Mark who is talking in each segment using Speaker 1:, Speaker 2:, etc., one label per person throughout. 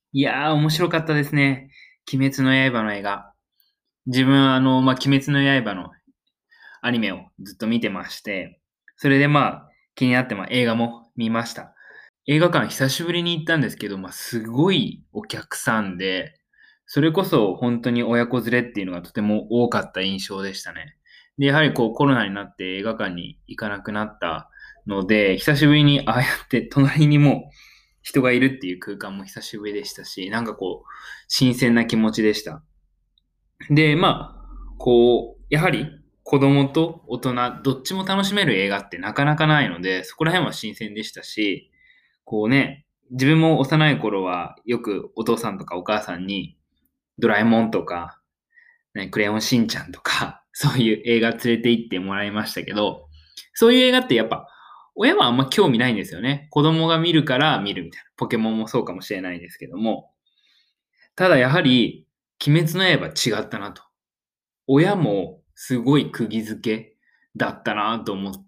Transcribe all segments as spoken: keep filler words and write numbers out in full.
Speaker 1: いやー、面白かったですね。鬼滅の刃の映画。自分はあの、まあ、鬼滅の刃のアニメをずっと見てまして、それでまあ、気になって、まあ、映画も見ました。映画館久しぶりに行ったんですけど、まあ、すごいお客さんで、それこそ本当に親子連れっていうのがとても多かった印象でしたね。で、やはりこうコロナになって映画館に行かなくなったので、久しぶりにああやって隣にもう人がいるっていう空間も久しぶりでしたし、なんかこう、新鮮な気持ちでした。で、まあ、こう、やはり子供と大人、どっちも楽しめる映画ってなかなかないので、そこら辺は新鮮でしたし、こうね、自分も幼い頃はよくお父さんとかお母さんにドラえもんとか、ね、クレヨンしんちゃんとか、そういう映画連れて行ってもらいましたけど、そういう映画ってやっぱ、親はあんま興味ないんですよね。子供が見るから見るみたいな。ポケモンもそうかもしれないですけども。ただやはり、鬼滅の刃違ったなと。親もすごい釘付けだったなと思って、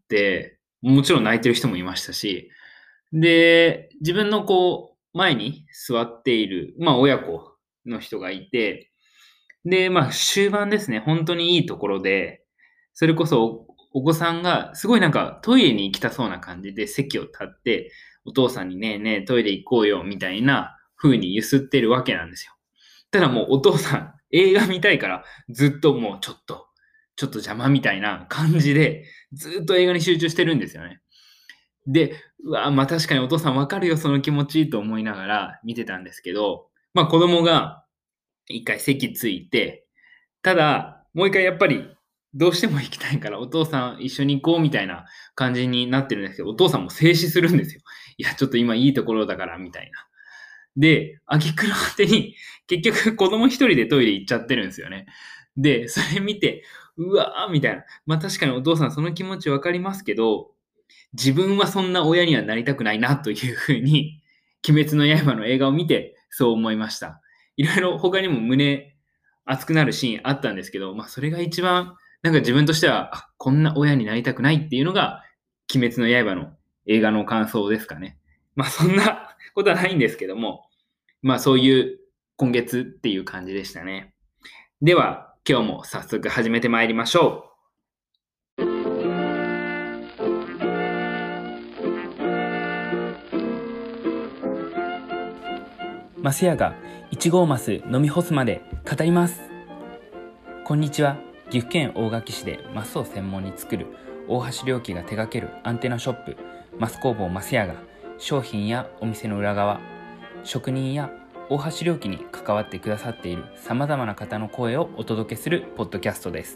Speaker 1: もちろん泣いてる人もいましたし、で、自分のこう、前に座っている、まあ親子の人がいて、で、まあ終盤ですね、本当にいいところで、それこそおお子さんがすごいなんかトイレに行きたそうな感じで席を立って、お父さんにねえねえトイレ行こうよみたいな風にゆすってるわけなんですよ。ただもうお父さん、映画見たいから、ずっともうちょっと、ちょっと邪魔みたいな感じで、ずっと映画に集中してるんですよね。で、うわ、ま、確かにお父さんわかるよ、その気持ちと思いながら見てたんですけど、ま、子供が一回席ついて、ただ、もう一回やっぱり、どうしても行きたいから、お父さん一緒に行こうみたいな感じになってるんですけど、お父さんも制止するんですよ。いや、ちょっと今いいところだからみたいな。で、挙句の果てに、結局子供一人でトイレ行っちゃってるんですよね。で、それ見て、うわーみたいな。ま、確かにお父さんその気持ち分かりますけど、自分はそんな親にはなりたくないなという風に、鬼滅の刃の映画を見てそう思いました。いろいろ他にも胸熱くなるシーンあったんですけど、ま、それが一番なんか自分としては、あ、こんな親になりたくないっていうのが、鬼滅の刃の映画の感想ですかね。ま、そんなことはないんですけども、ま、そういう今月っていう感じでしたね。では、今日も早速始めてまいりましょう。
Speaker 2: マスヤがいち号マス飲み干すまで語ります。こんにちは。岐阜県大垣市でマスを専門に作る大橋良樹が手掛けるアンテナショップマス工房マスヤが商品やお店の裏側、職人や大橋良樹に関わってくださっている様々な方の声をお届けするポッドキャストです。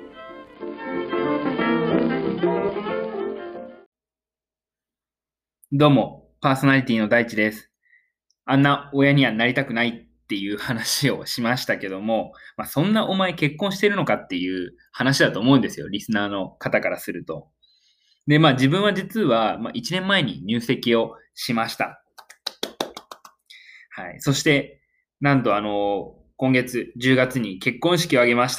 Speaker 1: どうも、パーソナリティの大地です。あんな親にはなりたくないっていう話をしましたけども、まあ、そんなお前結婚してるのかっていう話だと思うんですよ、リスナーの方からすると。で、まあ自分は実は、まあ、いちねんまえに入籍をしました。はい。そして、なんとあの、今月じゅうがつに結婚式を挙げました。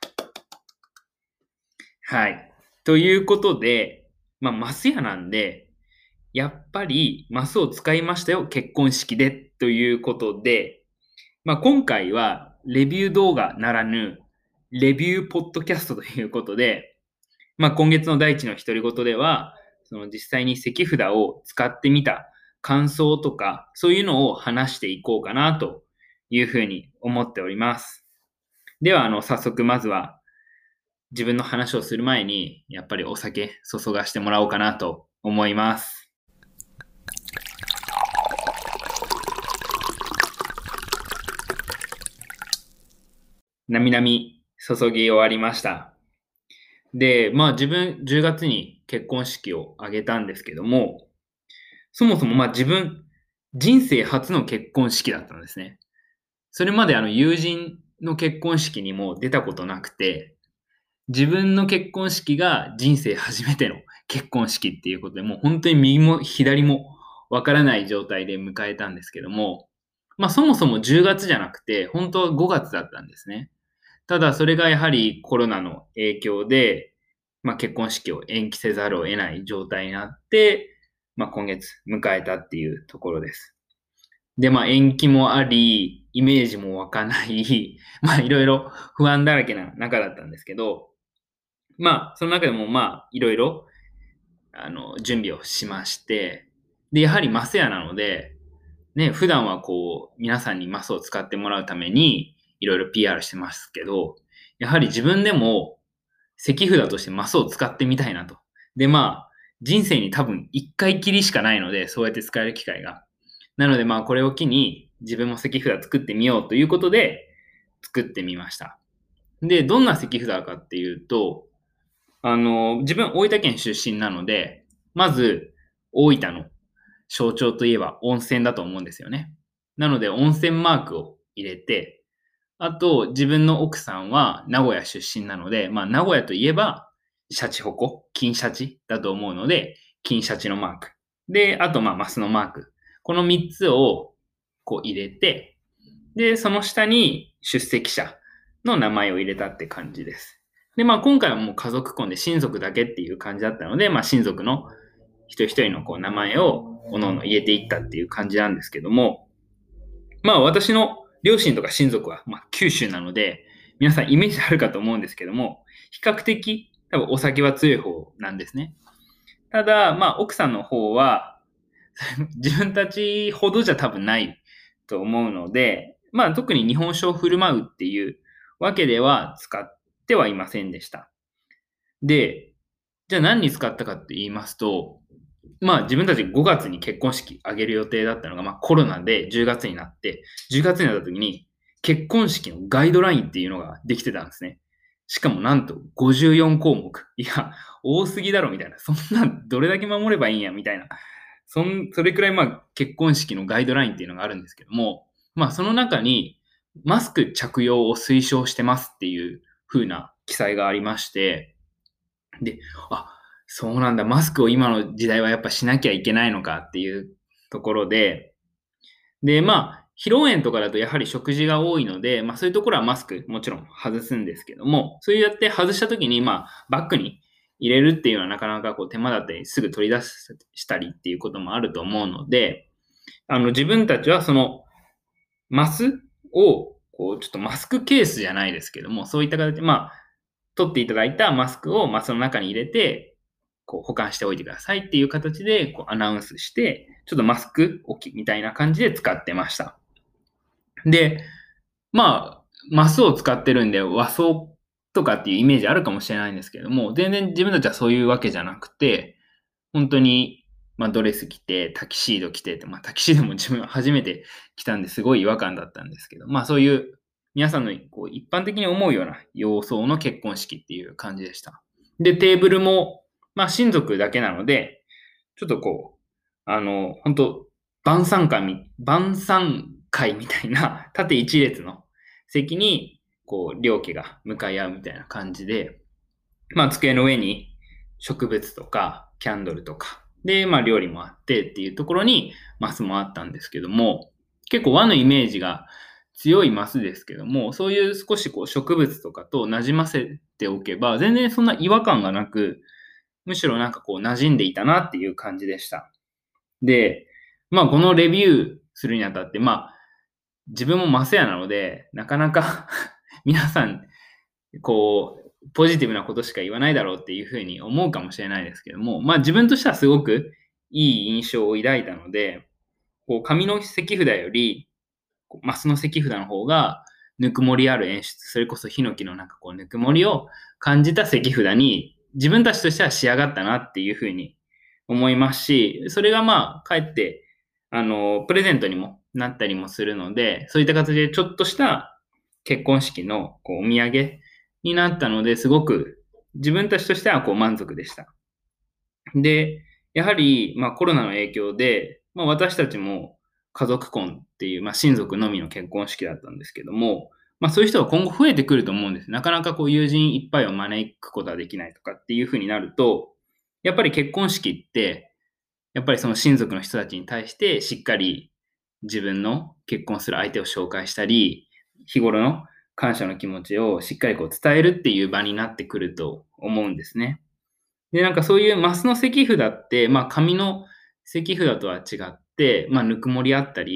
Speaker 1: はい。ということで、まあ、マス屋なんで、やっぱりマスを使いましたよ、結婚式でということで、まあ、今回はレビュー動画ならぬ、レビューポッドキャストということで、まあ、今月の第一の独り言では、その実際に席札を使ってみた感想とか、そういうのを話していこうかなというふうに思っております。では、あの、早速まずは自分の話をする前に、やっぱりお酒注がしてもらおうかなと思います。なみなみ注ぎ終わりました。で、まあ自分じゅうがつに結婚式を挙げたんですけども、そもそもまあ自分、人生初の結婚式だったんですね。それまであの友人の結婚式にも出たことなくて、自分の結婚式が人生初めての結婚式っていうことで、もう本当に右も左もわからない状態で迎えたんですけども、まあそもそもじゅうがつじゃなくて、本当はごがつだったんですね。ただそれがやはりコロナの影響で、まあ結婚式を延期せざるを得ない状態になって、まあ今月迎えたっていうところです。 で、まあ延期もあり、イメージも湧かない、まあいろいろ不安だらけな中だったんですけど、まあその中でもまあいろいろあの準備をしまして、で、やはりマスヤなので、ね、普段はこう皆さんにマスを使ってもらうためにいろいろ ピーアール してますけど、やはり自分でも席札としてマスを使ってみたいなと。で、まあ、人生に多分一回きりしかないので、そうやって使える機会が。なので、まあ、これを機に自分も席札作ってみようということで、作ってみました。で、どんな席札かっていうと、あの、自分大分県出身なので、まず、大分の象徴といえば温泉だと思うんですよね。なので、温泉マークを入れて、あと、自分の奥さんは名古屋出身なので、まあ、名古屋といえば、シャチホコ、金シャチだと思うので、金シャチのマーク。で、あと、まあ、マスのマーク。このみっつを、こう入れて、で、その下に出席者の名前を入れたって感じです。で、まあ、今回はもう家族婚で親族だけっていう感じだったので、まあ、親族の一人一人のこう名前をおのおの入れていったっていう感じなんですけども、まあ、私の両親とか親族は、まあ、九州なので、皆さんイメージあるかと思うんですけども、比較的多分お酒は強い方なんですね。ただ、まあ、奥さんの方は、自分たちほどじゃ多分ないと思うので、まあ、特に日本酒を振る舞うっていうわけでは使ってはいませんでした。で、じゃあ何に使ったかって言いますと、まあ自分たちごがつに結婚式挙げる予定だったのが、まあコロナでじゅうがつになって、じゅうがつになった時に結婚式のガイドラインっていうのができてたんですね。しかもなんとごじゅうよんこうもく。いや、多すぎだろみたいな。そんなどれだけ守ればいいんやみたいな。そん、それくらいまあ結婚式のガイドラインっていうのがあるんですけども、まあその中にマスク着用を推奨してますっていう風な記載がありまして、で、あ、そうなんだ、マスクを今の時代はやっぱしなきゃいけないのかっていうところで、で、まあ、披露宴とかだとやはり食事が多いので、まあそういうところはマスクもちろん外すんですけども、そうやって外した時に、まあバッグに入れるっていうのはなかなかこう手間だったりすぐ取り出したりっていうこともあると思うので、あの自分たちはそのマスをこうちょっとマスクケースじゃないですけども、そういった形で、まあ取っていただいたマスクをマスの中に入れて、こう保管しておいてくださいっていう形でこうアナウンスして、ちょっとマスク置きみたいな感じで使ってました。で、まあ、マスを使ってるんで和装とかっていうイメージあるかもしれないんですけども、全然自分たちはそういうわけじゃなくて、本当に、まあ、ドレス着て、タキシード着てって、まあ、タキシードも自分初めて着たんですごい違和感だったんですけど、まあ、そういう皆さんのこう一般的に思うような様相の結婚式っていう感じでした。で、テーブルも、まあ、親族だけなので、ちょっとこう、あの、本当晩餐会み、晩餐会みたいな縦一列の席に、こう、両家が向かい合うみたいな感じで、まあ、机の上に植物とか、キャンドルとか、で、まあ、料理もあってっていうところに、マスもあったんですけども、結構和のイメージが強いマスですけども、そういう少しこう植物とかと馴染ませておけば、全然そんな違和感がなく、むしろなんかこう馴染んでいたなっていう感じでした。で、まあこのレビューするにあたって、まあ自分もマスヤなので、なかなか皆さん、こう、ポジティブなことしか言わないだろうっていうふうに思うかもしれないですけども、まあ自分としてはすごくいい印象を抱いたので、こう紙の席札より、マスの席札の方が、ぬくもりある演出、それこそヒノキのなんかこうぬくもりを感じた席札に、自分たちとしては仕上がったなっていうふうに思いますし、それがまあ、かえって、あの、プレゼントにもなったりもするので、そういった形でちょっとした結婚式のこうお土産になったので、すごく自分たちとしてはこう満足でした。で、やはり、まあコロナの影響で、まあ私たちも家族婚っていう、まあ親族のみの結婚式だったんですけども、まあそういう人が今後増えてくると思うんです。なかなかこう友人いっぱいを招くことはできないとかっていうふうになると、やっぱり結婚式って、やっぱりその親族の人たちに対してしっかり自分の結婚する相手を紹介したり、日頃の感謝の気持ちをしっかりこう伝えるっていう場になってくると思うんですね。で、なんかそういうマスの席札って、まあ紙の席札とは違って、まあぬくもりあったり、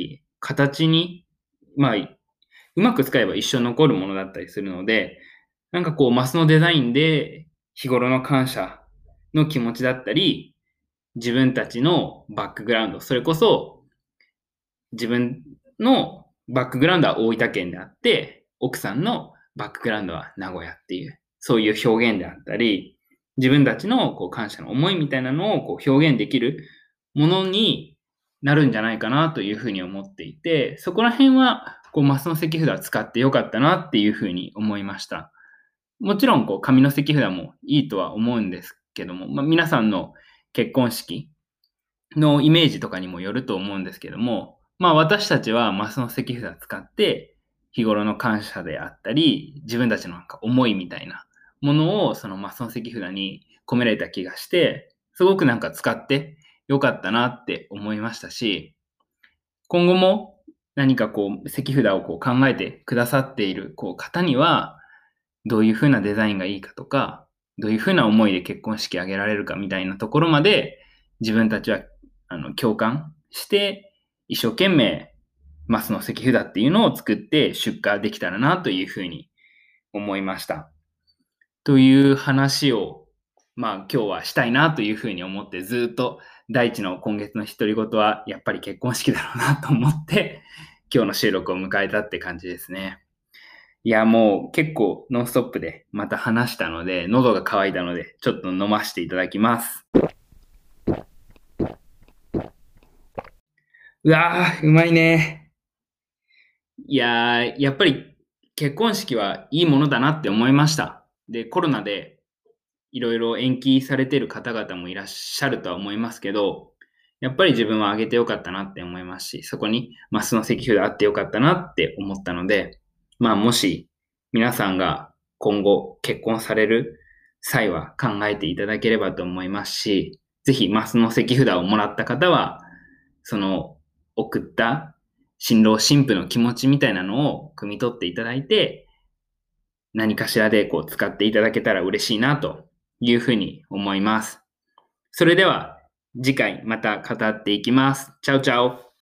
Speaker 1: 形に、まあ、うまく使えば一生残るものだったりするので、なんかこう、マスのデザインで日頃の感謝の気持ちだったり、自分たちのバックグラウンド、それこそ自分のバックグラウンドは大分県であって、奥さんのバックグラウンドは名古屋っていう、そういう表現であったり、自分たちのこう感謝の思いみたいなのをこう表現できるものになるんじゃないかなというふうに思っていて、そこら辺はこうマスの石札を使ってよかったなっていうふうに思いました。もちろんこう紙の石札もいいとは思うんですけども、まあ、皆さんの結婚式のイメージとかにもよると思うんですけども、まあ私たちはマスの石札を使って日頃の感謝であったり、自分たちのなんか思いみたいなものをそのマスの石札に込められた気がして、すごくなんか使ってよかったなって思いましたし、今後も何かこう石札をこう考えてくださっているこう方には、どういう風なデザインがいいかとか、どういう風な思いで結婚式挙げられるかみたいなところまで自分たちはあの共感して一生懸命マスの石札っていうのを作って出荷できたらなという風に思いました。という話をまあ今日はしたいなという風に思ってずっと大地の今月の独り言はやっぱり結婚式だろうなと思って今日の収録を迎えたって感じですね。いや、もう結構ノンストップでまた話したので、喉が渇いたので、ちょっと飲ませていただきます。うわー、うまいね。いやー、やっぱり結婚式はいいものだなって思いました。で、コロナでいろいろ延期されてる方々もいらっしゃるとは思いますけど、やっぱり自分はあげてよかったなって思いますし、そこにマスの石札あってよかったなって思ったので、まあもし皆さんが今後結婚される際は考えていただければと思いますし、ぜひマスの石札をもらった方は、その送った新郎新婦の気持ちみたいなのを汲み取っていただいて、何かしらでこう使っていただけたら嬉しいなというふうに思います。それでは次回また語っていきます。チャオチャオ。